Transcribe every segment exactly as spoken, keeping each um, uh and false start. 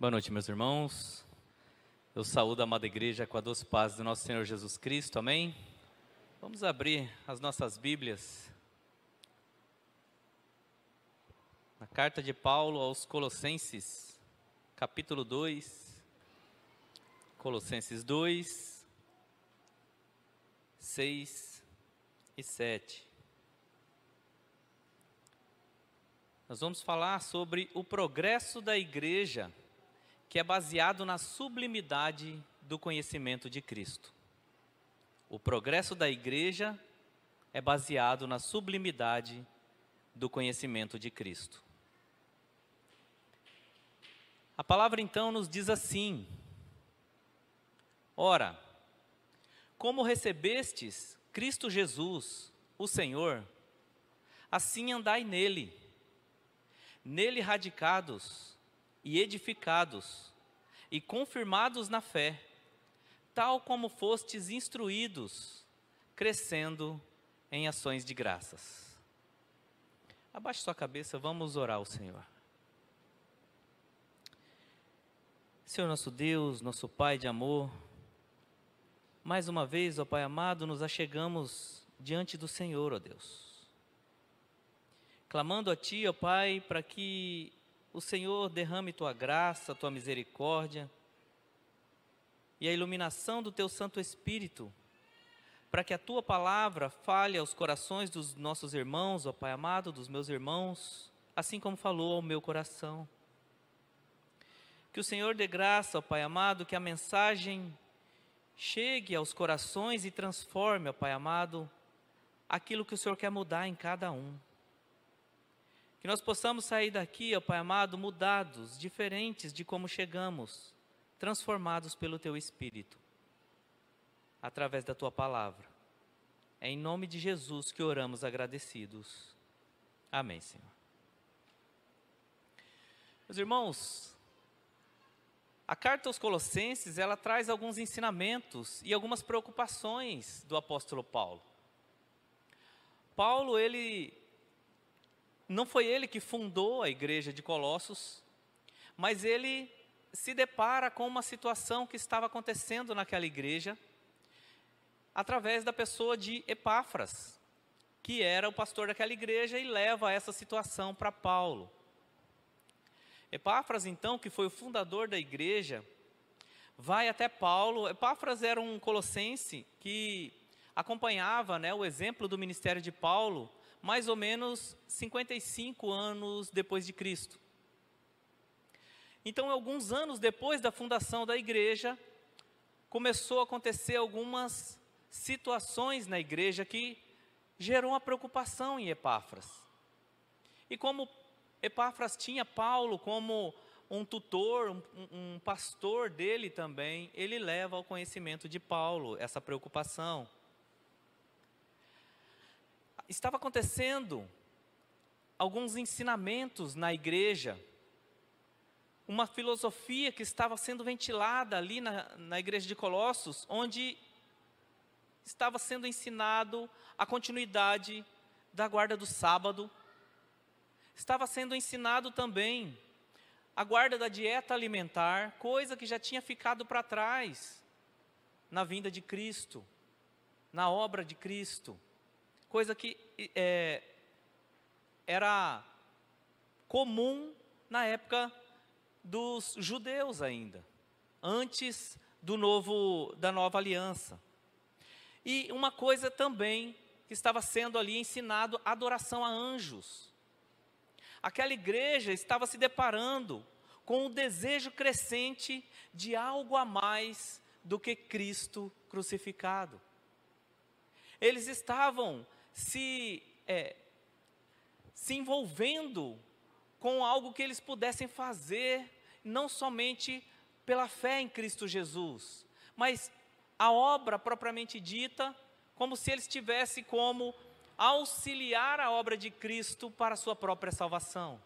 Boa noite, meus irmãos. Eu saúdo a amada igreja com a doce paz do nosso Senhor Jesus Cristo, amém? Vamos abrir as nossas Bíblias na carta de Paulo aos Colossenses, capítulo dois, Colossenses dois, seis e sete. Nós vamos falar sobre o progresso da igreja, que é baseado na sublimidade do conhecimento de Cristo. O progresso da igreja é baseado na sublimidade do conhecimento de Cristo. A palavra então nos diz assim: ora, como recebestes Cristo Jesus, o Senhor, assim andai nele, nele radicados e edificados, e confirmados na fé, tal como fostes instruídos, crescendo em ações de graças. Abaixe sua cabeça, vamos orar ao Senhor. Senhor nosso Deus, nosso Pai de amor, mais uma vez, ó Pai amado, nos achegamos diante do Senhor, ó Deus, clamando a Ti, ó Pai, para que o Senhor derrame Tua graça, Tua misericórdia e a iluminação do Teu Santo Espírito, para que a Tua palavra fale aos corações dos nossos irmãos, ó Pai amado, dos meus irmãos, assim como falou ao meu coração. Que o Senhor dê graça, ó Pai amado, que a mensagem chegue aos corações e transforme, ó Pai amado, aquilo que o Senhor quer mudar em cada um. Que nós possamos sair daqui, ó Pai amado, mudados, diferentes de como chegamos, transformados pelo Teu Espírito, através da Tua palavra. É em nome de Jesus que oramos agradecidos. Amém, Senhor. Meus irmãos, a carta aos Colossenses, ela traz alguns ensinamentos e algumas preocupações do apóstolo Paulo. Paulo, ele... não foi ele que fundou a igreja de Colossos, mas ele se depara com uma situação que estava acontecendo naquela igreja, através da pessoa de Epáfras, que era o pastor daquela igreja, e leva essa situação para Paulo. Epáfras, então, que foi o fundador da igreja, vai até Paulo. Epáfras era um colossense que acompanhava, né, o exemplo do ministério de Paulo, mais ou menos cinquenta e cinco anos depois de Cristo. Então, alguns anos depois da fundação da igreja, começou a acontecer algumas situações na igreja que gerou uma preocupação em Epáfras. E como Epáfras tinha Paulo como um tutor, um, um pastor dele também, ele leva ao conhecimento de Paulo essa preocupação. Estava acontecendo alguns ensinamentos na igreja, uma filosofia que estava sendo ventilada ali na, na igreja de Colossos, onde estava sendo ensinado a continuidade da guarda do sábado, estava sendo ensinado também a guarda da dieta alimentar, coisa que já tinha ficado para trás na vinda de Cristo, na obra de Cristo. Coisa que é, era comum na época dos judeus ainda, antes do novo, da nova aliança. E uma coisa também que estava sendo ali ensinado, adoração a anjos. Aquela igreja estava se deparando com o desejo crescente de algo a mais do que Cristo crucificado. Eles estavam se, é, se envolvendo com algo que eles pudessem fazer, não somente pela fé em Cristo Jesus, mas a obra propriamente dita, como se eles tivessem como auxiliar a obra de Cristo para a sua própria salvação.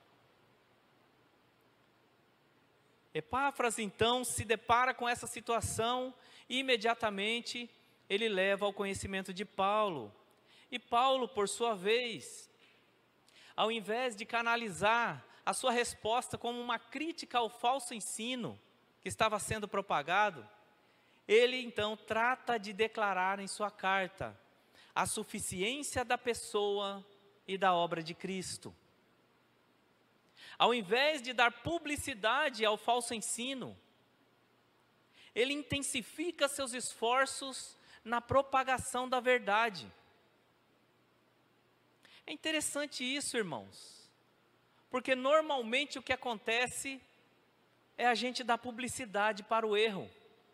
Epáfras, então, se depara com essa situação e imediatamente ele leva ao conhecimento de Paulo. E Paulo, por sua vez, ao invés de canalizar a sua resposta como uma crítica ao falso ensino que estava sendo propagado, ele então trata de declarar em sua carta a suficiência da pessoa e da obra de Cristo. Ao invés de dar publicidade ao falso ensino, ele intensifica seus esforços na propagação da verdade. É interessante isso, irmãos, porque normalmente o que acontece é a gente dar publicidade para o erro.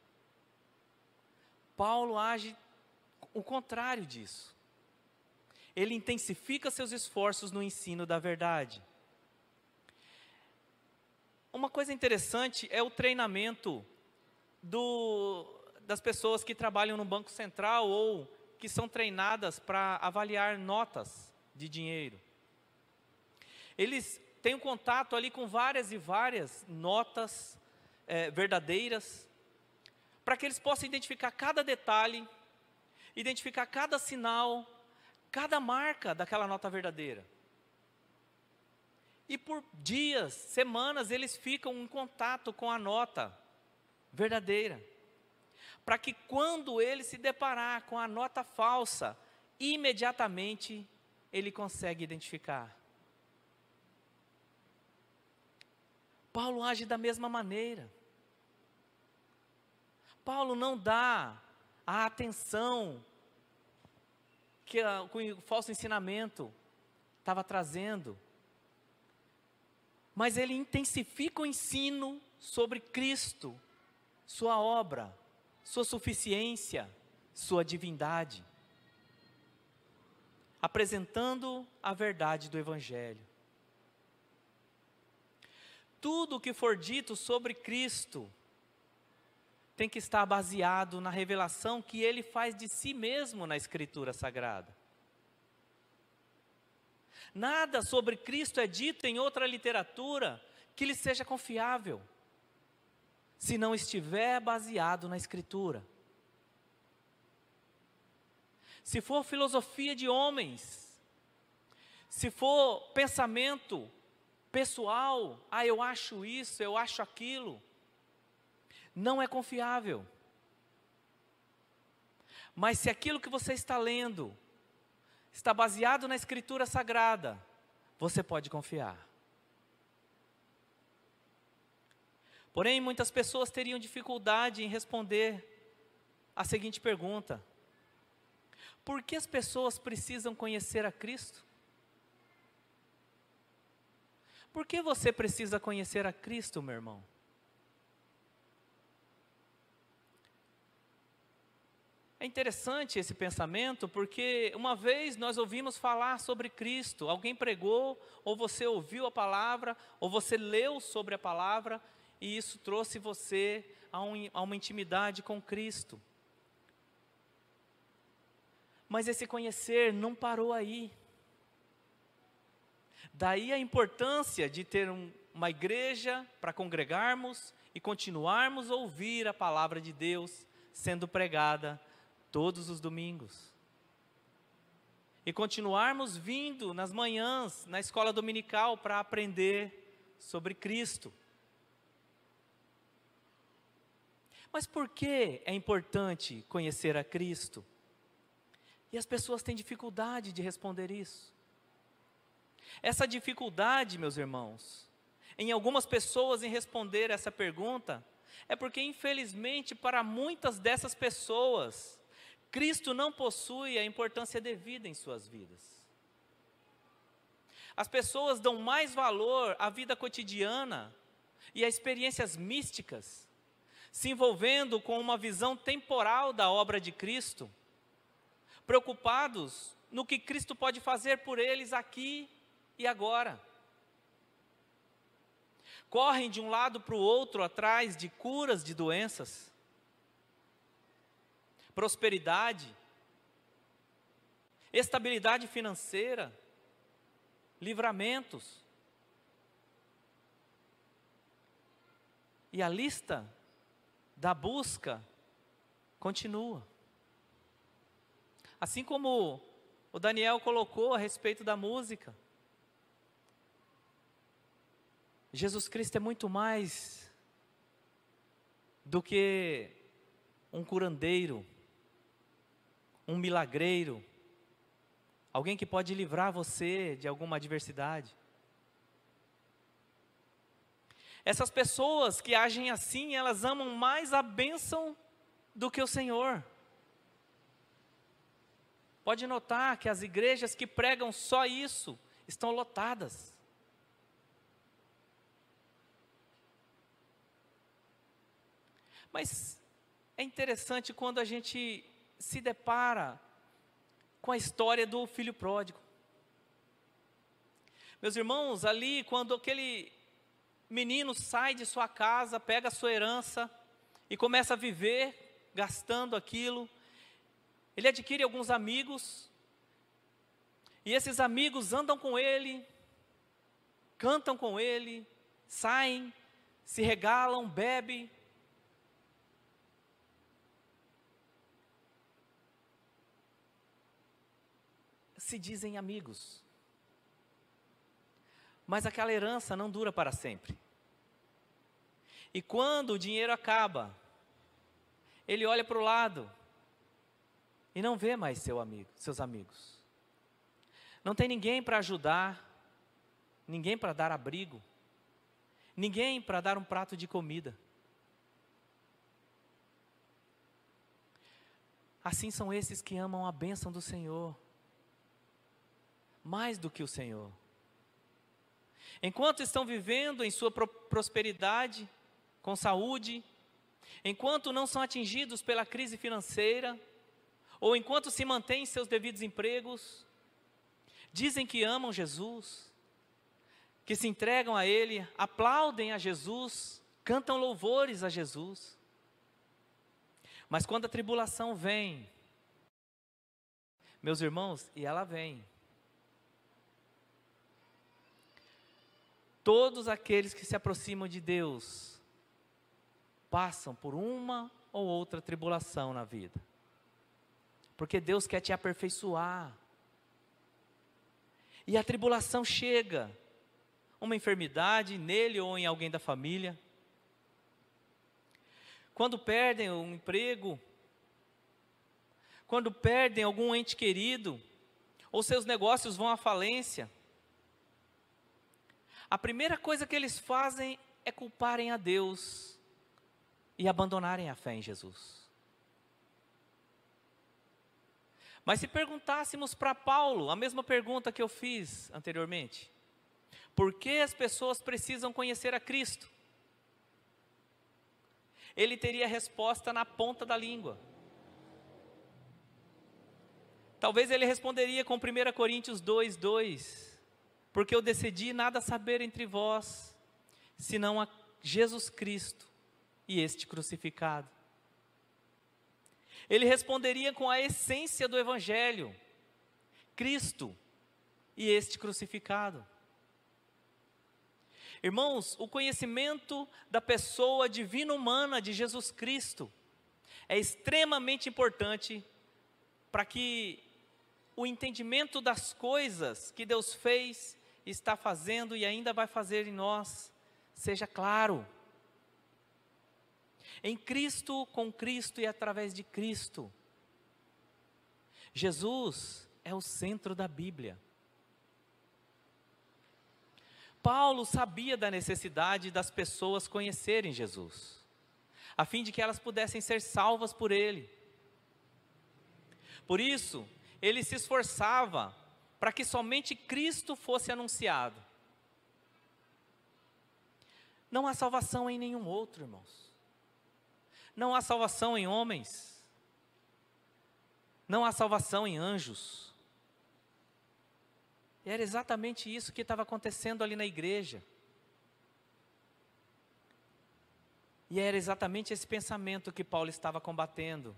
Paulo age o contrário disso. Ele intensifica seus esforços no ensino da verdade. Uma coisa interessante é o treinamento do, das pessoas que trabalham no Banco Central ou que são treinadas para avaliar notas de dinheiro. Eles têm um contato ali com várias e várias notas é, verdadeiras, para que eles possam identificar cada detalhe, identificar cada sinal, cada marca daquela nota verdadeira. E por dias, semanas, eles ficam em contato com a nota verdadeira, para que quando ele se deparar com a nota falsa, imediatamente ele consegue identificar. Paulo age da mesma maneira. Paulo não dá a atenção que, a, que o falso ensinamento estava trazendo, mas ele intensifica o ensino sobre Cristo, sua obra, sua suficiência, sua divindade, apresentando a verdade do Evangelho. Tudo o que for dito sobre Cristo tem que estar baseado na revelação que Ele faz de si mesmo na Escritura Sagrada. Nada sobre Cristo é dito em outra literatura que lhe seja confiável, se não estiver baseado na Escritura. Se for filosofia de homens, se for pensamento pessoal, ah, eu acho isso, eu acho aquilo, não é confiável. Mas se aquilo que você está lendo está baseado na Escritura Sagrada, você pode confiar. Porém, muitas pessoas teriam dificuldade em responder a seguinte pergunta: por que as pessoas precisam conhecer a Cristo? Por que você precisa conhecer a Cristo, meu irmão? É interessante esse pensamento, porque uma vez nós ouvimos falar sobre Cristo, alguém pregou, ou você ouviu a palavra, ou você leu sobre a palavra, e isso trouxe você a, um, a uma intimidade com Cristo. Mas esse conhecer não parou aí. Daí a importância de ter um, uma igreja para congregarmos e continuarmos a ouvir a palavra de Deus sendo pregada todos os domingos. E continuarmos vindo nas manhãs, na escola dominical, para aprender sobre Cristo. Mas por que é importante conhecer a Cristo? E as pessoas têm dificuldade de responder isso. Essa dificuldade, meus irmãos, em algumas pessoas em responder essa pergunta, é porque infelizmente para muitas dessas pessoas, Cristo não possui a importância devida em suas vidas. As pessoas dão mais valor à vida cotidiana e a experiências místicas, se envolvendo com uma visão temporal da obra de Cristo, preocupados no que Cristo pode fazer por eles aqui e agora. Correm de um lado para o outro atrás de curas de doenças, prosperidade, estabilidade financeira, livramentos. E a lista da busca continua. Assim como o Daniel colocou a respeito da música. Jesus Cristo é muito mais do que um curandeiro, um milagreiro, alguém que pode livrar você de alguma adversidade. Essas pessoas que agem assim, elas amam mais a bênção do que o Senhor. Pode notar que as igrejas que pregam só isso estão lotadas. Mas é interessante quando a gente se depara com a história do filho pródigo. Meus irmãos, ali quando aquele menino sai de sua casa, pega a sua herança e começa a viver gastando aquilo, ele adquire alguns amigos, e esses amigos andam com ele, cantam com ele, saem, se regalam, bebem. Se dizem amigos. Mas aquela herança não dura para sempre. E quando o dinheiro acaba, ele olha para o lado e não vê mais seu amigo, seus amigos. Não tem ninguém para ajudar, ninguém para dar abrigo, ninguém para dar um prato de comida. Assim são esses que amam a bênção do Senhor, mais do que o Senhor. Enquanto estão vivendo em sua prosperidade, com saúde, enquanto não são atingidos pela crise financeira, ou enquanto se mantêm em seus devidos empregos, dizem que amam Jesus, que se entregam a Ele, aplaudem a Jesus, cantam louvores a Jesus. Mas quando a tribulação vem, meus irmãos, e ela vem, todos aqueles que se aproximam de Deus passam por uma ou outra tribulação na vida, porque Deus quer te aperfeiçoar, e a tribulação chega, uma enfermidade nele ou em alguém da família, quando perdem um emprego, quando perdem algum ente querido, ou seus negócios vão à falência, a primeira coisa que eles fazem é culparem a Deus e abandonarem a fé em Jesus. Mas se perguntássemos para Paulo a mesma pergunta que eu fiz anteriormente: por que as pessoas precisam conhecer a Cristo? Ele teria a resposta na ponta da língua. Talvez ele responderia com primeira Coríntios dois, dois: porque eu decidi nada saber entre vós, senão a Jesus Cristo e este crucificado. Ele responderia com a essência do Evangelho: Cristo e este crucificado. Irmãos, o conhecimento da pessoa divina-humana de Jesus Cristo é extremamente importante para que o entendimento das coisas que Deus fez, está fazendo e ainda vai fazer em nós seja claro. Em Cristo, com Cristo e através de Cristo. Jesus é o centro da Bíblia. Paulo sabia da necessidade das pessoas conhecerem Jesus, a fim de que elas pudessem ser salvas por Ele. Por isso, ele se esforçava para que somente Cristo fosse anunciado. Não há salvação em nenhum outro, irmãos. Não há salvação em homens. Não há salvação em anjos. E era exatamente isso que estava acontecendo ali na igreja. E era exatamente esse pensamento que Paulo estava combatendo.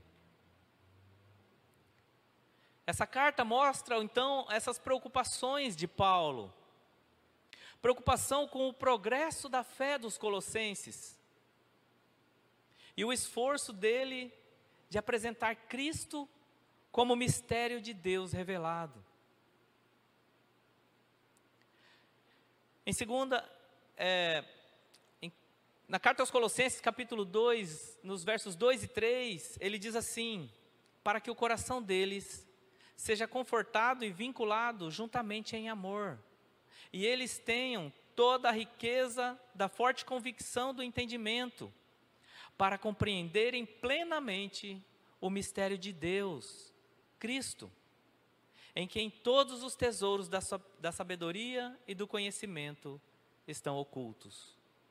Essa carta mostra, então, essas preocupações de Paulo. Preocupação com o progresso da fé dos colossenses. E o esforço dele de apresentar Cristo como mistério de Deus revelado. Em segunda, é, em, na carta aos Colossenses, capítulo dois, nos versos dois e três, ele diz assim: para que o coração deles seja confortado e vinculado juntamente em amor, e eles tenham toda a riqueza da forte convicção do entendimento, para compreenderem plenamente o mistério de Deus, Cristo, em quem todos os tesouros da, da sabedoria e do conhecimento estão ocultos.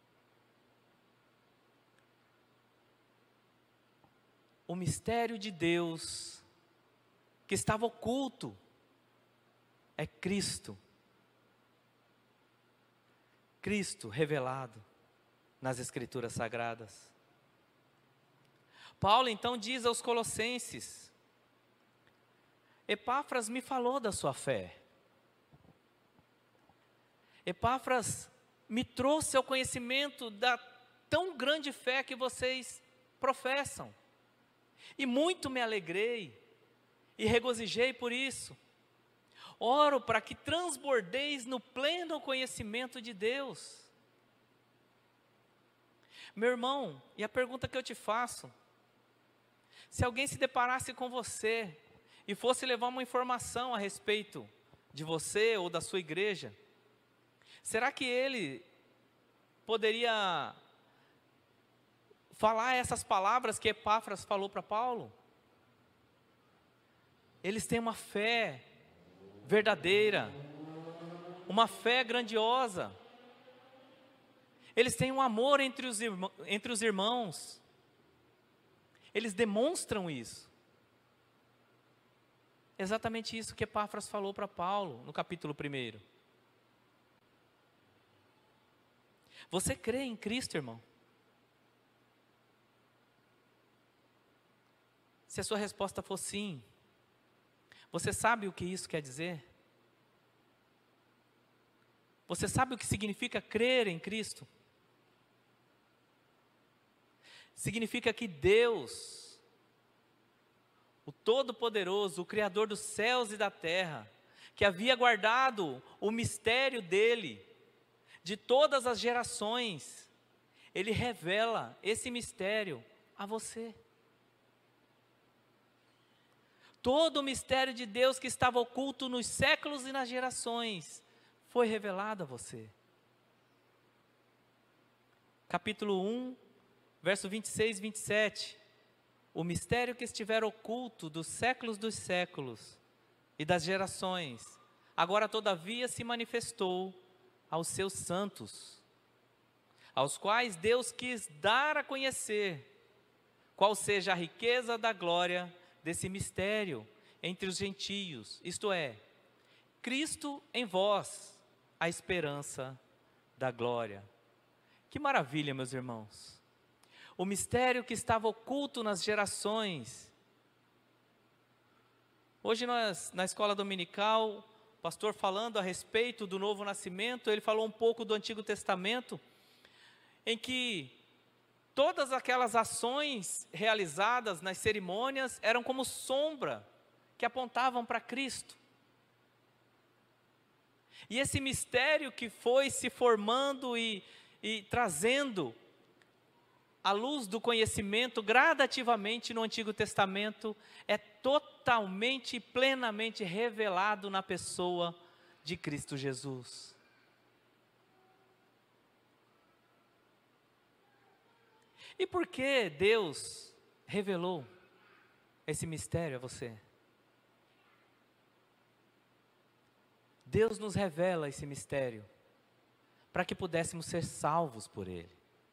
O mistério de Deus que estava oculto é Cristo. Cristo revelado nas Escrituras Sagradas. Paulo então diz aos Colossenses: Epáfras me falou da sua fé. Epáfras me trouxe ao conhecimento da tão grande fé que vocês professam. E muito me alegrei e regozijei por isso. Oro para que transbordeis no pleno conhecimento de Deus. Meu irmão, e a pergunta que eu te faço: se alguém se deparasse com você e fosse levar uma informação a respeito de você ou da sua igreja, será que ele poderia falar essas palavras que Epáfras falou para Paulo? Eles têm uma fé verdadeira, uma fé grandiosa. Eles têm um amor entre os irmãos, entre os irmãos. Eles demonstram isso. Exatamente isso que Epáfras falou para Paulo no capítulo primeiro. Você crê em Cristo, irmão? Se a sua resposta for sim, você sabe o que isso quer dizer? Você sabe o que significa crer em Cristo? Significa que Deus, o Todo-Poderoso, o Criador dos céus e da terra, que havia guardado o mistério dele, de todas as gerações, Ele revela esse mistério a você. Todo o mistério de Deus que estava oculto nos séculos e nas gerações, foi revelado a você. Capítulo um, verso vinte e seis e vinte e sete. O mistério que estiver oculto dos séculos dos séculos e das gerações, agora todavia se manifestou aos seus santos, aos quais Deus quis dar a conhecer qual seja a riqueza da glória desse mistério entre os gentios, isto é, Cristo em vós, a esperança da glória. Que maravilha, meus irmãos! O mistério que estava oculto nas gerações. Hoje nós, na escola dominical, o pastor falando a respeito do novo nascimento, ele falou um pouco do Antigo Testamento, em que todas aquelas ações realizadas nas cerimônias eram como sombra que apontavam para Cristo. E esse mistério que foi se formando e, e trazendo a luz do conhecimento gradativamente no Antigo Testamento é totalmente e plenamente revelado na pessoa de Cristo Jesus. E por que Deus revelou esse mistério a você? Deus nos revela esse mistério para que pudéssemos ser salvos por Ele,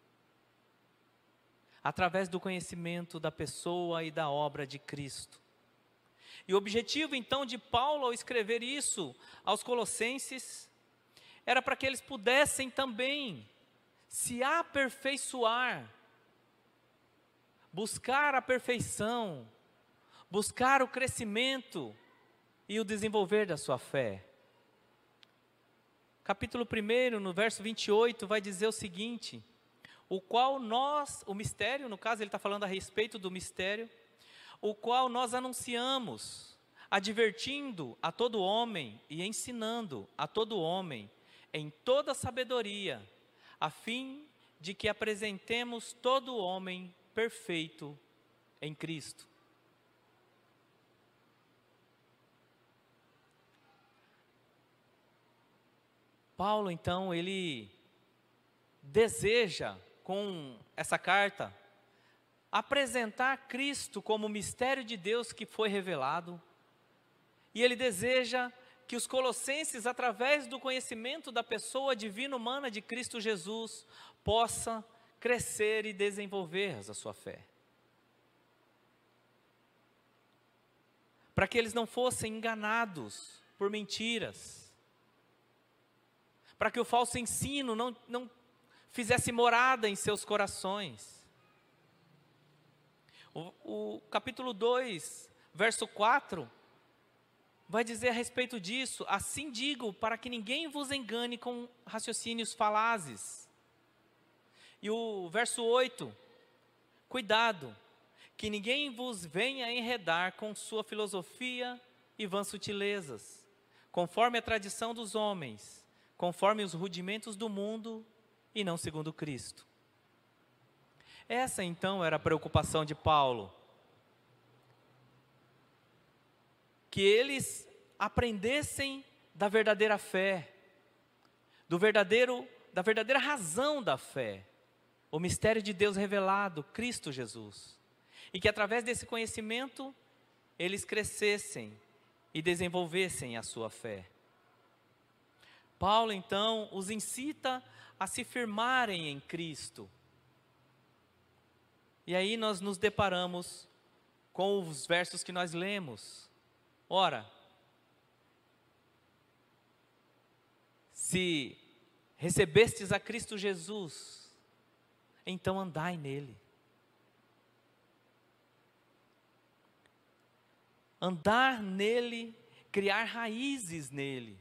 através do conhecimento da pessoa e da obra de Cristo. E o objetivo então de Paulo ao escrever isso aos Colossenses era para que eles pudessem também se aperfeiçoar, buscar a perfeição, buscar o crescimento e o desenvolver da sua fé. Capítulo um, no verso vinte e oito, vai dizer o seguinte: o qual nós, o mistério, no caso ele está falando a respeito do mistério, o qual nós anunciamos, advertindo a todo homem e ensinando a todo homem, em toda sabedoria, a fim de que apresentemos todo homem perfeito em Cristo. Paulo, então, ele deseja, com essa carta, apresentar Cristo como o mistério de Deus que foi revelado, e ele deseja que os colossenses, através do conhecimento da pessoa divina humana de Cristo Jesus, possa crescer e desenvolver a sua fé. Para que eles não fossem enganados por mentiras, para que o falso ensino não, não fizesse morada em seus corações. O, o capítulo dois, verso quatro, vai dizer a respeito disso: assim digo, para que ninguém vos engane com raciocínios falazes. E o verso oito, cuidado, que ninguém vos venha enredar com sua filosofia e vãs sutilezas, conforme a tradição dos homens, conforme os rudimentos do mundo e não segundo Cristo. Essa então era a preocupação de Paulo. Que eles aprendessem da verdadeira fé, do verdadeiro, da verdadeira razão da fé, o mistério de Deus revelado, Cristo Jesus. E que através desse conhecimento, eles crescessem e desenvolvessem a sua fé. Paulo, então, os incita a se firmarem em Cristo. E aí nós nos deparamos com os versos que nós lemos. Ora, se recebestes a Cristo Jesus, então andai nele. Andar nele, criar raízes nele.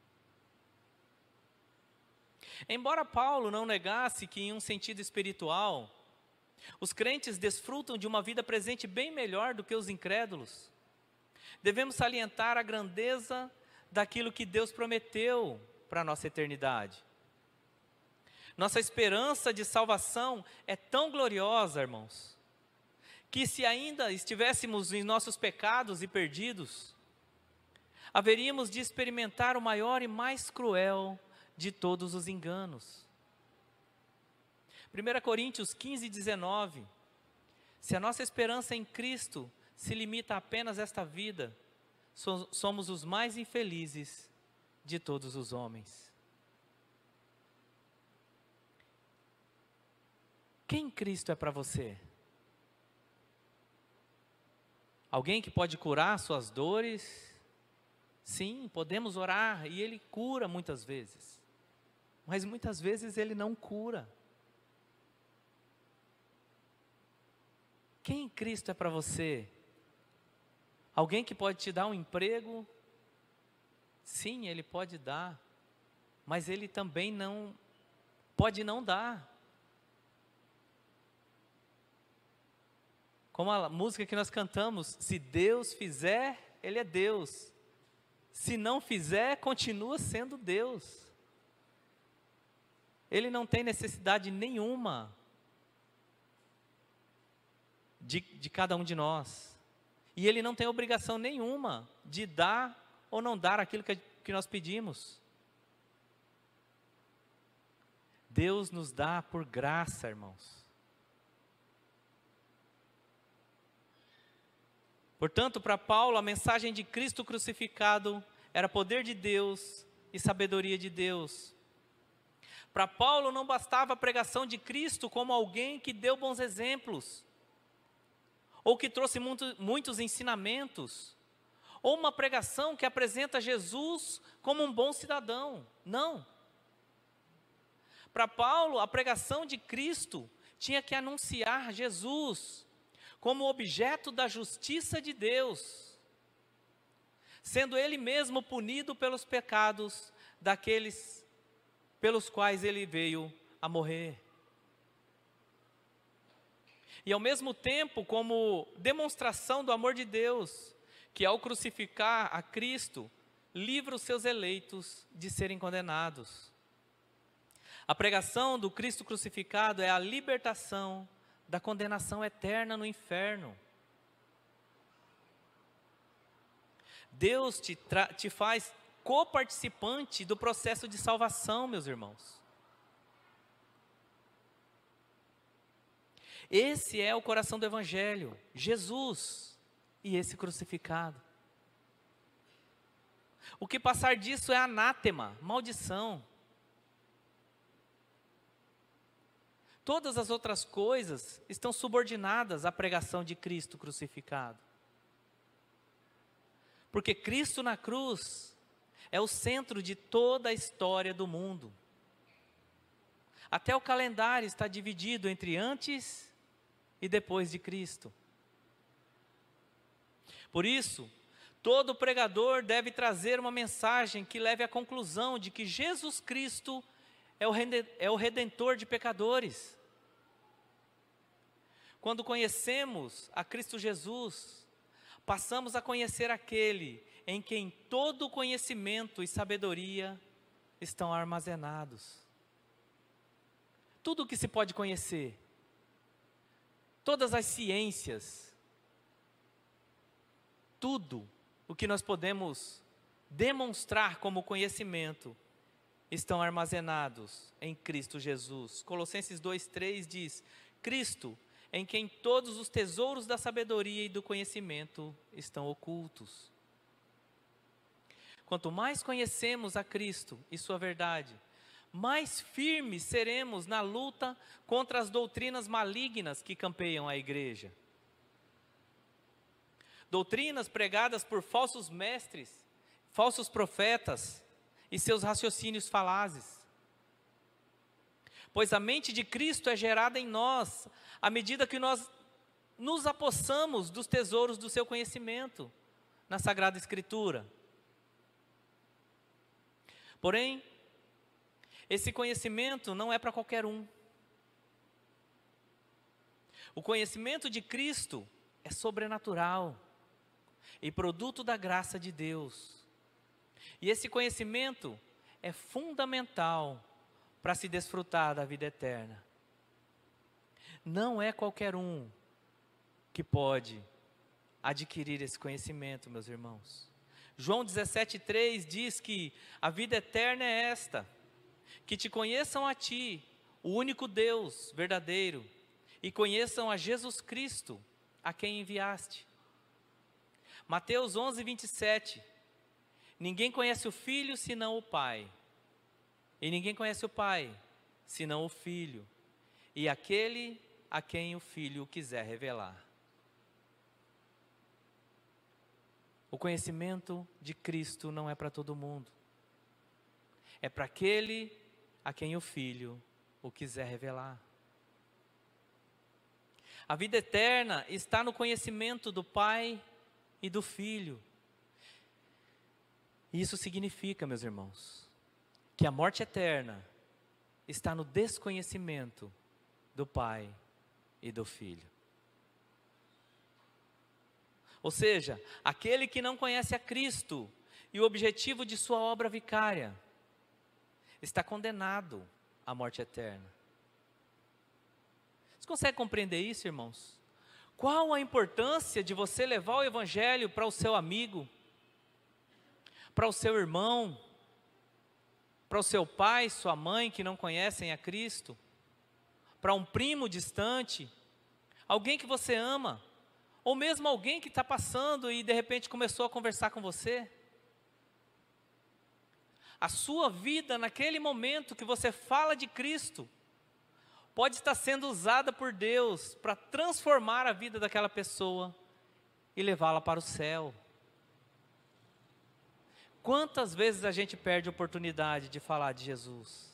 Embora Paulo não negasse que, em um sentido espiritual, os crentes desfrutam de uma vida presente bem melhor do que os incrédulos, devemos salientar a grandeza daquilo que Deus prometeu para a nossa eternidade. Nossa esperança de salvação é tão gloriosa, irmãos, que se ainda estivéssemos em nossos pecados e perdidos, haveríamos de experimentar o maior e mais cruel de todos os enganos. primeira Coríntios quinze, dezenove, se a nossa esperança em Cristo se limita a apenas esta vida, so, somos os mais infelizes de todos os homens. Quem Cristo é para você? Alguém que pode curar suas dores? Sim, podemos orar e Ele cura muitas vezes, mas muitas vezes Ele não cura. Quem Cristo é para você? Alguém que pode te dar um emprego? Sim, Ele pode dar, mas Ele também não, pode não dar. Como a música que nós cantamos, se Deus fizer, Ele é Deus. Se não fizer, continua sendo Deus. Ele não tem necessidade nenhuma de, de cada um de nós. E Ele não tem obrigação nenhuma de dar ou não dar aquilo que, que nós pedimos. Deus nos dá por graça, irmãos. Portanto, para Paulo, a mensagem de Cristo crucificado era poder de Deus e sabedoria de Deus. Para Paulo não bastava a pregação de Cristo como alguém que deu bons exemplos, ou que trouxe muito, muitos ensinamentos, ou uma pregação que apresenta Jesus como um bom cidadão. Não. Para Paulo, a pregação de Cristo tinha que anunciar Jesus como objeto da justiça de Deus, sendo Ele mesmo punido pelos pecados daqueles pelos quais Ele veio a morrer. E ao mesmo tempo, como demonstração do amor de Deus, que ao crucificar a Cristo, livra os seus eleitos de serem condenados. A pregação do Cristo crucificado é a libertação da condenação eterna no inferno. Deus te, tra- te faz coparticipante do processo de salvação, meus irmãos. Esse é o coração do Evangelho, Jesus e esse crucificado. O que passar disso é anátema, maldição. Todas as outras coisas estão subordinadas à pregação de Cristo crucificado. Porque Cristo na cruz é o centro de toda a história do mundo. Até o calendário está dividido entre antes e depois de Cristo. Por isso, todo pregador deve trazer uma mensagem que leve à conclusão de que Jesus Cristo é o rende- é o redentor de pecadores. Quando conhecemos a Cristo Jesus, passamos a conhecer aquele em quem todo conhecimento e sabedoria estão armazenados. Tudo o que se pode conhecer, todas as ciências, tudo o que nós podemos demonstrar como conhecimento, estão armazenados em Cristo Jesus. Colossenses dois, três diz: Cristo, em quem todos os tesouros da sabedoria e do conhecimento estão ocultos. Quanto mais conhecemos a Cristo e sua verdade, mais firmes seremos na luta contra as doutrinas malignas que campeiam a igreja. Doutrinas pregadas por falsos mestres, falsos profetas e seus raciocínios falazes. Pois a mente de Cristo é gerada em nós, à medida que nós nos apossamos dos tesouros do seu conhecimento, na Sagrada Escritura. Porém, esse conhecimento não é para qualquer um. O conhecimento de Cristo é sobrenatural e produto da graça de Deus. E esse conhecimento é fundamental para se desfrutar da vida eterna. Não é qualquer um que pode adquirir esse conhecimento, meus irmãos. João dezessete, três diz que a vida eterna é esta: que te conheçam a ti, o único Deus verdadeiro, e conheçam a Jesus Cristo, a quem enviaste. Mateus onze, vinte e sete, ninguém conhece o Filho senão o Pai, e ninguém conhece o Pai senão o Filho, e aquele a quem o Filho quiser revelar. O conhecimento de Cristo não é para todo mundo, é para aquele a quem o Filho o quiser revelar. A vida eterna está no conhecimento do Pai e do Filho. Isso significa, meus irmãos, que a morte eterna está no desconhecimento do Pai e do Filho. Ou seja, aquele que não conhece a Cristo e o objetivo de sua obra vicária, está condenado à morte eterna. Você consegue compreender isso, irmãos? Qual a importância de você levar o Evangelho para o seu amigo, para o seu irmão, para o seu pai, sua mãe que não conhecem a Cristo, para um primo distante, alguém que você ama, ou mesmo alguém que está passando e de repente começou a conversar com você? A sua vida naquele momento que você fala de Cristo, pode estar sendo usada por Deus para transformar a vida daquela pessoa e levá-la para o céu. Quantas vezes a gente perde a oportunidade de falar de Jesus?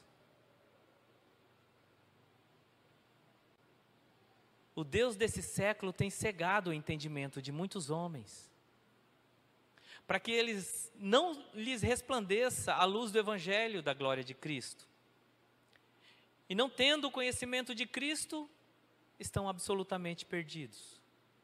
O Deus desse século tem cegado o entendimento de muitos homens, para que eles não lhes resplandeça a luz do Evangelho da glória de Cristo. E não tendo o conhecimento de Cristo, estão absolutamente perdidos.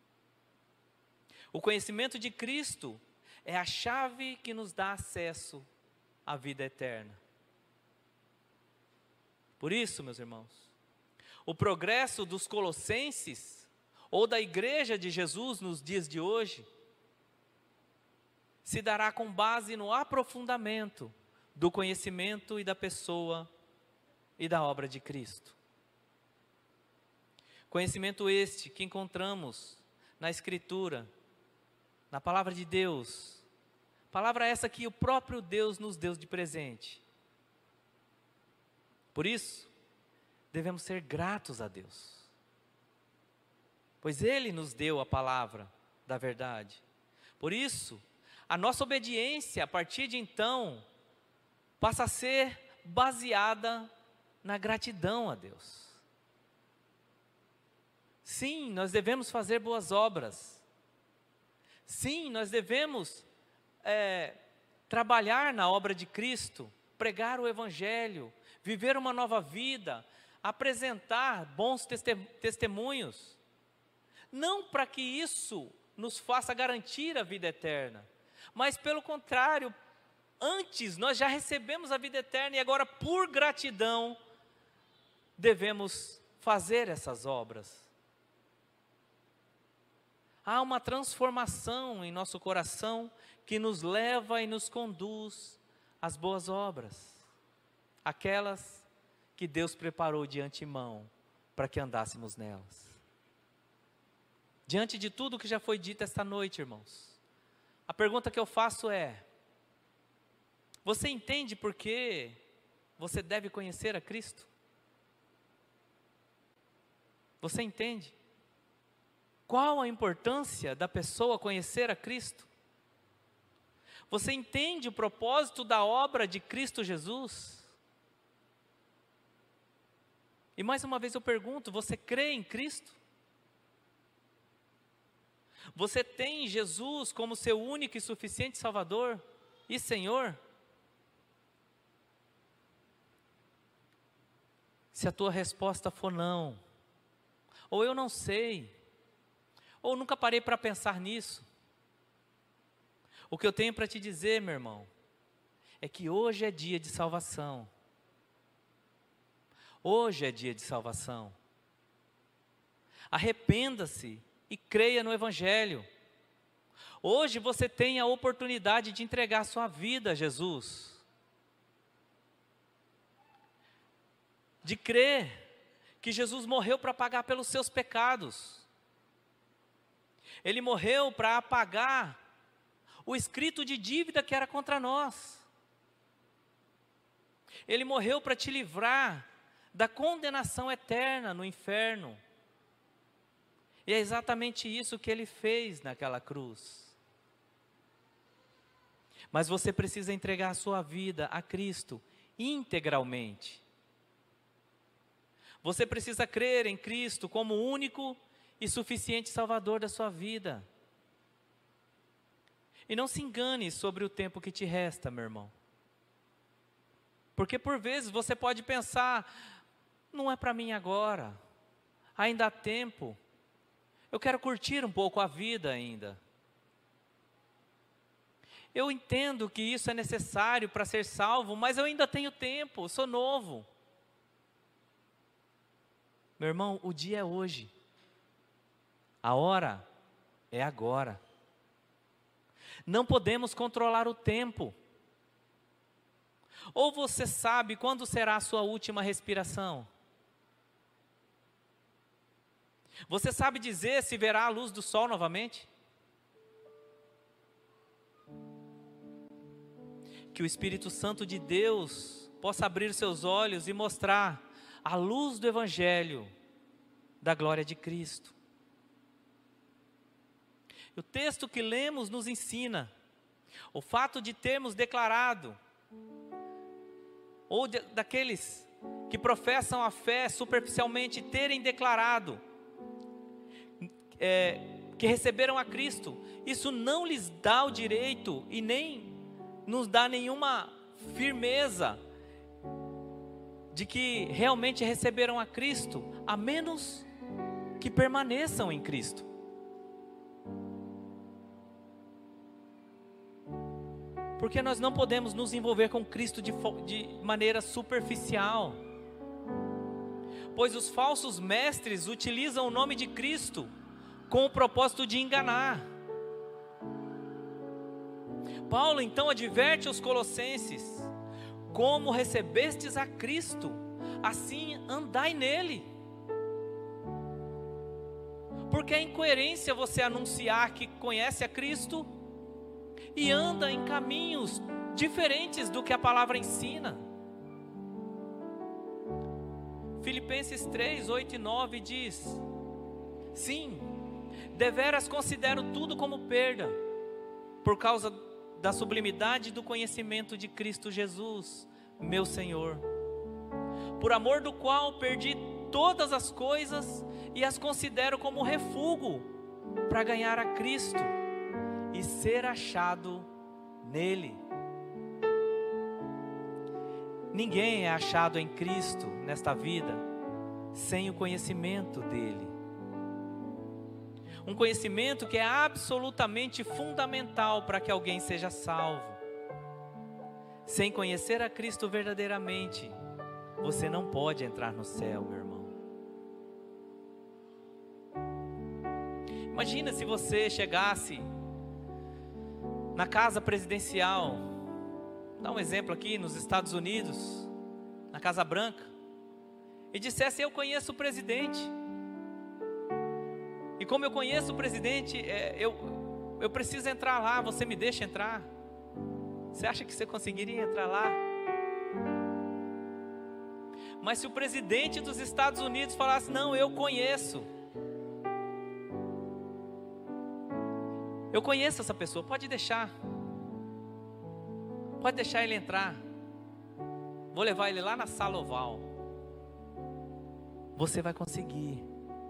O conhecimento de Cristo é a chave que nos dá acesso à vida eterna. Por isso, meus irmãos, o progresso dos colossenses, ou da igreja de Jesus nos dias de hoje, se dará com base no aprofundamento do conhecimento e da pessoa e da obra de Cristo. Conhecimento este que encontramos na Escritura, na Palavra de Deus, palavra essa que o próprio Deus nos deu de presente. Por isso, devemos ser gratos a Deus, pois Ele nos deu a palavra da verdade. Por isso, a nossa obediência, a partir de então, passa a ser baseada na gratidão a Deus. Sim, nós devemos fazer boas obras. Sim, nós devemos é, trabalhar na obra de Cristo, pregar o Evangelho, viver uma nova vida, apresentar bons testemunhos. Não para que isso nos faça garantir a vida eterna, mas pelo contrário, antes nós já recebemos a vida eterna e agora por gratidão devemos fazer essas obras. Há uma transformação em nosso coração que nos leva e nos conduz às boas obras, aquelas que Deus preparou de antemão para que andássemos nelas. Diante de tudo que já foi dito esta noite, irmãos, a pergunta que eu faço é: você entende por que você deve conhecer a Cristo? Você entende? Qual a importância da pessoa conhecer a Cristo? Você entende o propósito da obra de Cristo Jesus? E mais uma vez eu pergunto, você crê em Cristo? Você tem Jesus como seu único e suficiente Salvador e Senhor? Se a tua resposta for não, ou eu não sei, ou nunca parei para pensar nisso, o que eu tenho para te dizer, meu irmão, é que hoje é dia de salvação. Hoje é dia de salvação. Arrependa-se e creia no Evangelho. Hoje você tem a oportunidade de entregar sua vida a Jesus, de crer que Jesus morreu para pagar pelos seus pecados. Ele morreu para apagar o escrito de dívida que era contra nós. Ele morreu para te livrar da condenação eterna no inferno. E é exatamente isso que Ele fez naquela cruz. Mas você precisa entregar a sua vida a Cristo integralmente. Você precisa crer em Cristo como o único e suficiente Salvador da sua vida. E não se engane sobre o tempo que te resta, meu irmão. Porque por vezes você pode pensar, não é para mim agora, ainda há tempo, eu quero curtir um pouco a vida ainda. Eu entendo que isso é necessário para ser salvo, mas eu ainda tenho tempo, eu sou novo. Meu irmão, o dia é hoje. A hora é agora. Não podemos controlar o tempo. Ou você sabe quando será a sua última respiração? Você sabe dizer se verá a luz do sol novamente? Que o Espírito Santo de Deus possa abrir seus olhos e mostrar a luz do Evangelho da glória de Cristo. O texto que lemos nos ensina o fato de termos declarado, ou de, daqueles que professam a fé superficialmente terem declarado é, que receberam a Cristo, isso não lhes dá o direito e nem nos dá nenhuma firmeza de que realmente receberam a Cristo, a menos que permaneçam em Cristo. Porque nós não podemos nos envolver com Cristo de, de maneira superficial. pois os falsos mestres utilizam o nome de Cristo com o propósito de enganar. Paulo então adverte os colossenses: como recebestes a Cristo, assim andai nele. Porque é incoerência você anunciar que conhece a Cristo e anda em caminhos diferentes do que a palavra ensina. Filipenses três, oito e nove diz: sim, deveras considero tudo como perda, por causa da sublimidade do conhecimento de Cristo Jesus, meu Senhor, por amor do qual perdi todas as coisas e as considero como refúgio para ganhar a Cristo e ser achado nele. Ninguém é achado em Cristo nesta vida sem o conhecimento dele. Um conhecimento que é absolutamente fundamental para que alguém seja salvo. Sem conhecer a Cristo verdadeiramente, você não pode entrar no céu, meu irmão. Imagina se você chegasse na casa presidencial, dá um exemplo aqui, nos Estados Unidos, na Casa Branca, e dissesse: eu conheço o presidente, e como eu conheço o presidente, é, eu, eu preciso entrar lá, você me deixa entrar? Você acha que você conseguiria entrar lá? Mas se o presidente dos Estados Unidos falasse: não, eu conheço, eu conheço essa pessoa, pode deixar, pode deixar ele entrar, vou levar ele lá na sala oval, você vai conseguir.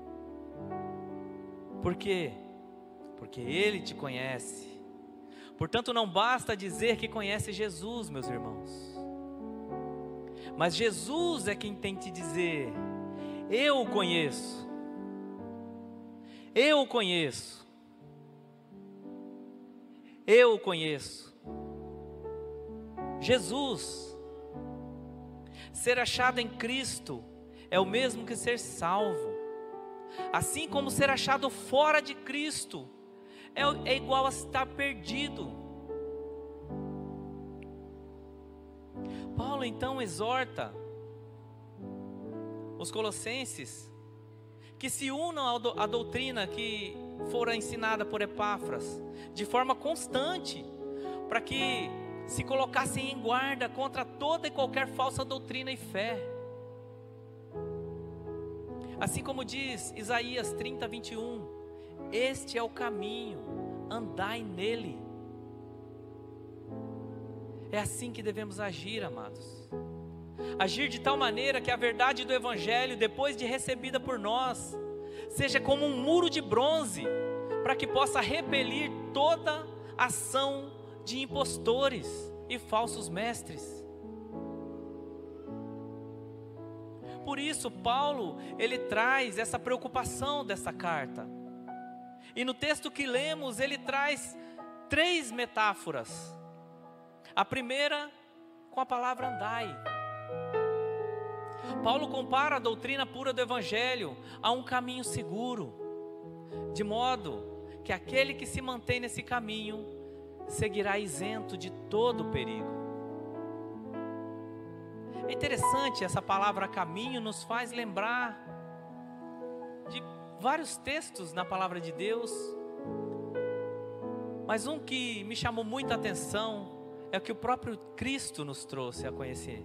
Por quê? Porque ele te conhece. Portanto, não basta dizer que conhece Jesus, meus irmãos, mas Jesus é quem tem que dizer: eu o conheço, eu o conheço, eu o conheço. Jesus, ser achado em Cristo é o mesmo que ser salvo. Assim como ser achado fora de Cristo é, é igual a estar perdido. Paulo então exorta os colossenses que se unam à doutrina que fora ensinada por Epáfras de forma constante, para que se colocassem em guarda contra toda e qualquer falsa doutrina e fé. Assim como diz Isaías trinta, vinte e um: este é o caminho, andai nele. É assim que devemos agir, amados. Agir de tal maneira que a verdade do Evangelho, depois de recebida por nós, seja como um muro de bronze, para que possa repelir toda ação de impostores e falsos mestres. Por isso, Paulo, ele traz essa preocupação dessa carta. E no texto que lemos, ele traz três metáforas. A primeira, com a palavra andai. Paulo compara a doutrina pura do Evangelho a um caminho seguro, de modo que aquele que se mantém nesse caminho seguirá isento de todo perigo. É interessante, essa palavra caminho nos faz lembrar de vários textos na palavra de Deus, mas um que me chamou muita atenção é o que o próprio Cristo nos trouxe a conhecer.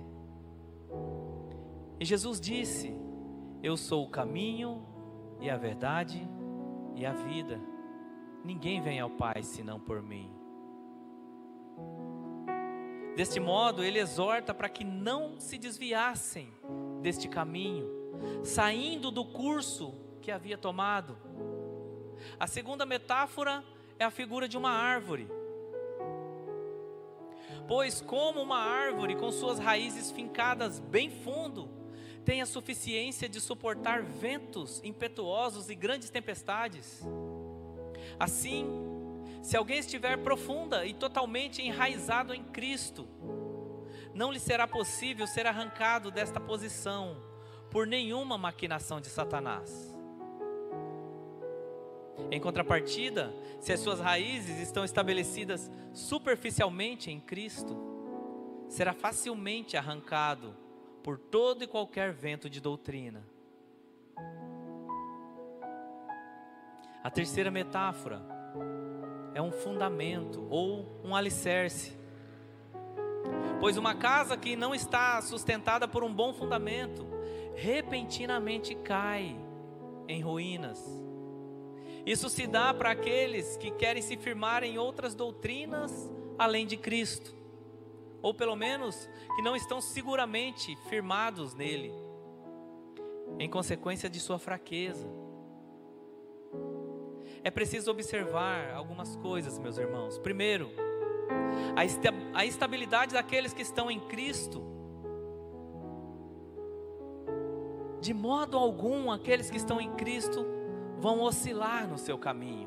E Jesus disse: eu sou o caminho e a verdade e a vida, ninguém vem ao Pai senão por mim. Deste modo, ele exorta para que não se desviassem deste caminho, saindo do curso que havia tomado. A segunda metáfora é a figura de uma árvore. Pois como uma árvore com suas raízes fincadas bem fundo, tem a suficiência de suportar ventos impetuosos e grandes tempestades, assim, se alguém estiver profunda e totalmente enraizado em Cristo, não lhe será possível ser arrancado desta posição, por nenhuma maquinação de Satanás. Em contrapartida, se as suas raízes estão estabelecidas superficialmente em Cristo, será facilmente arrancado por todo e qualquer vento de doutrina. A terceira metáfora é um fundamento ou um alicerce. Pois uma casa que não está sustentada por um bom fundamento, repentinamente cai em ruínas. Isso se dá para aqueles que querem se firmar em outras doutrinas além de Cristo, ou pelo menos que não estão seguramente firmados nele, em consequência de sua fraqueza. É preciso observar algumas coisas, meus irmãos. Primeiro, a, esta, a estabilidade daqueles que estão em Cristo. De modo algum, aqueles que estão em Cristo vão oscilar no seu caminho.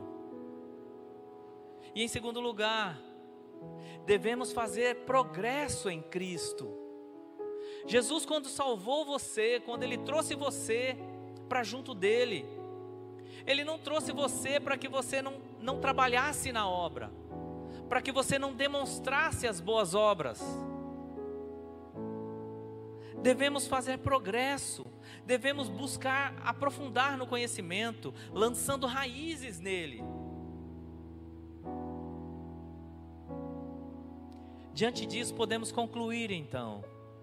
E em segundo lugar, devemos fazer progresso em Cristo. Jesus, quando salvou você, quando Ele trouxe você para junto dEle, Ele não trouxe você para que você não, não trabalhasse na obra, para que você não demonstrasse as boas obras. Devemos fazer progresso, devemos buscar aprofundar no conhecimento, lançando raízes nele. Diante disso, podemos concluir então,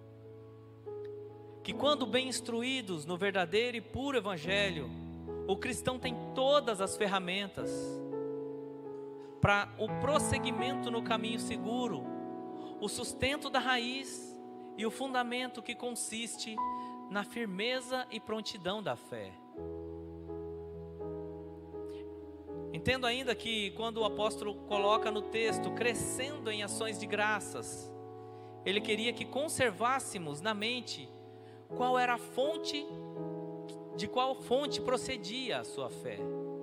que quando bem instruídos no verdadeiro e puro Evangelho, o cristão tem todas as ferramentas para o prosseguimento no caminho seguro, o sustento da raiz e o fundamento que consiste na firmeza e prontidão da fé. Entendo ainda que quando o apóstolo coloca no texto, crescendo em ações de graças, ele queria que conservássemos na mente qual era a fonte, de qual fonte procedia a sua fé,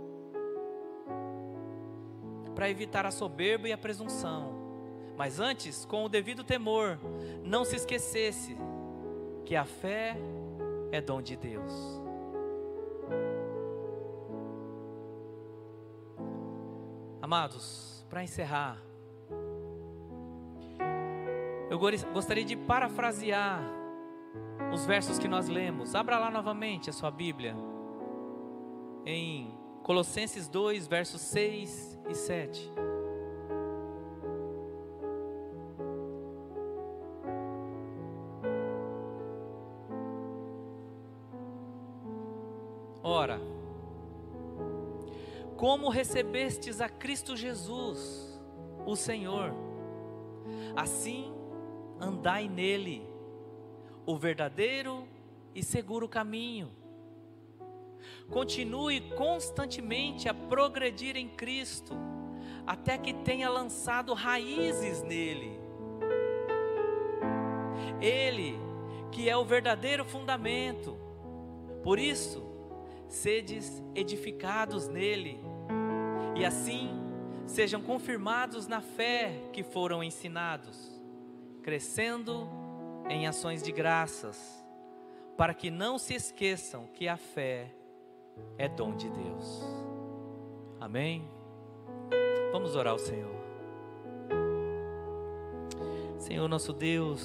para evitar a soberba e a presunção. Mas antes, com o devido temor, não se esquecesse que a fé é dom de Deus. Amados, para encerrar, eu gostaria de parafrasear os versos que nós lemos. Abra lá novamente a sua Bíblia, em Colossenses dois, versos seis e sete. Ora, como recebestes a Cristo Jesus, o Senhor, assim andai nele, o verdadeiro e seguro caminho. Continue constantemente a progredir em Cristo, até que tenha lançado raízes nele. Ele, que é o verdadeiro fundamento. Por isso, sedes edificados nele, e assim sejam confirmados na fé que foram ensinados, crescendo em ações de graças, para que não se esqueçam que a fé é dom de Deus. Amém? Vamos orar ao Senhor. Senhor nosso Deus,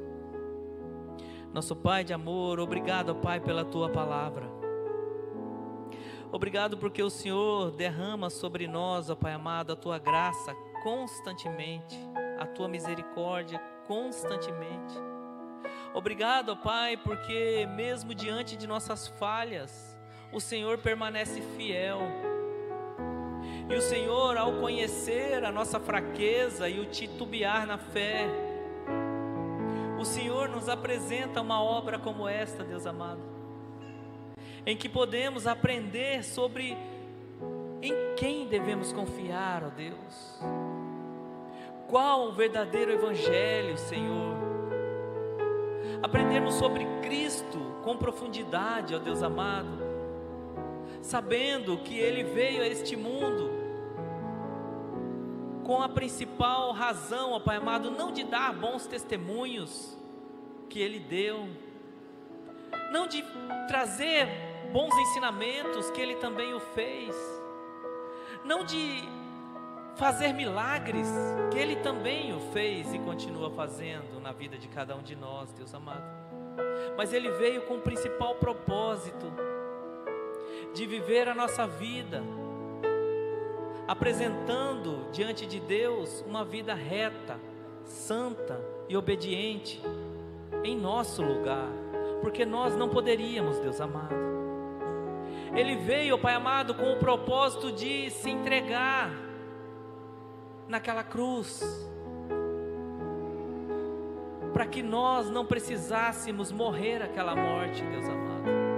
nosso Pai de amor, obrigado, Pai, pela Tua palavra. Obrigado porque o Senhor derrama sobre nós, ó Pai amado, a Tua graça constantemente, a Tua misericórdia constantemente. Obrigado, ó Pai, porque mesmo diante de nossas falhas, o Senhor permanece fiel. E o Senhor, ao conhecer a nossa fraqueza e o titubear na fé, o Senhor nos apresenta uma obra como esta, Deus amado, em que podemos aprender sobre em quem devemos confiar, ó Deus. Qual o verdadeiro Evangelho, Senhor. Aprendermos sobre Cristo com profundidade, ó Deus amado, sabendo que Ele veio a este mundo com a principal razão, ó Pai amado, não de dar bons testemunhos que Ele deu, não de trazer bons ensinamentos, que Ele também o fez, não de fazer milagres, que Ele também o fez e continua fazendo na vida de cada um de nós, Deus amado, mas Ele veio com o principal propósito de viver a nossa vida, apresentando diante de Deus uma vida reta, santa e obediente, em nosso lugar, porque nós não poderíamos, Deus amado. Ele veio, Pai amado, com o propósito de se entregar naquela cruz, para que nós não precisássemos morrer aquela morte, Deus amado,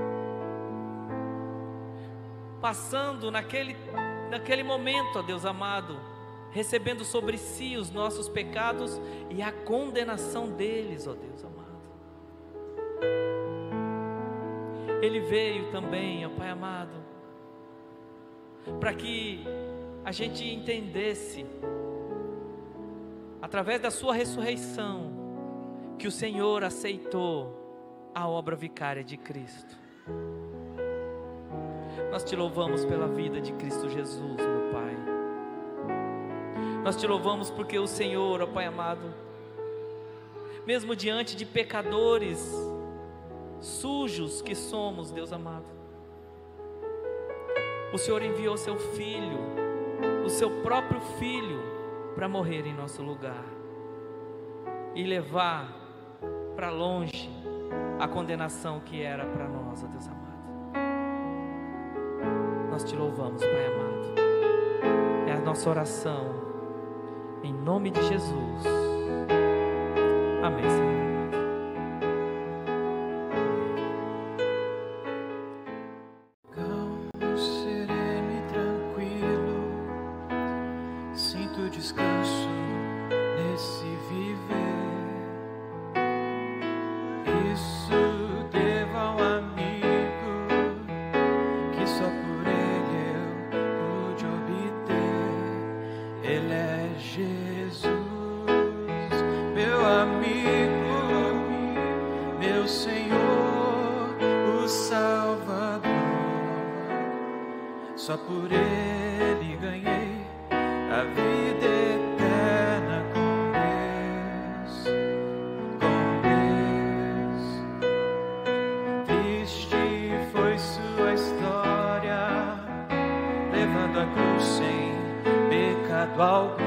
passando naquele, naquele momento, ó Deus amado, recebendo sobre si os nossos pecados e a condenação deles, ó Deus amado. Ele veio também, ó Pai amado, para que a gente entendesse, através da sua ressurreição, que o Senhor aceitou a obra vicária de Cristo. Nós te louvamos pela vida de Cristo Jesus, meu Pai. Nós te louvamos porque o Senhor, ó Pai amado, mesmo diante de pecadores sujos que somos, Deus amado, o Senhor enviou seu Filho, o seu próprio Filho, para morrer em nosso lugar e levar para longe a condenação que era para nós, ó Deus amado. Nós te louvamos, Pai amado. É a nossa oração, em nome de Jesus. Amém, Senhor. Descanso nesse viver, isso devo ao amigo que só por ele eu pude obter. Ele é Jesus, meu amigo, meu Senhor, o Salvador. Só por ele ganhei a vida eterna com Deus, com Deus. Triste foi sua história, levando a cruz sem pecado algum.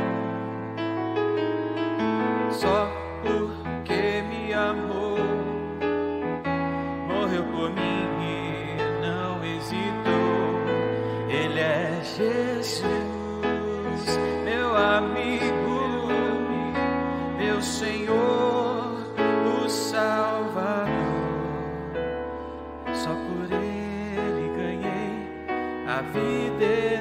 Só porque me amou, morreu por mim e não hesitou. Ele é Jesus, meu amigo, meu Senhor, o Salvador. Só por ele ganhei a vida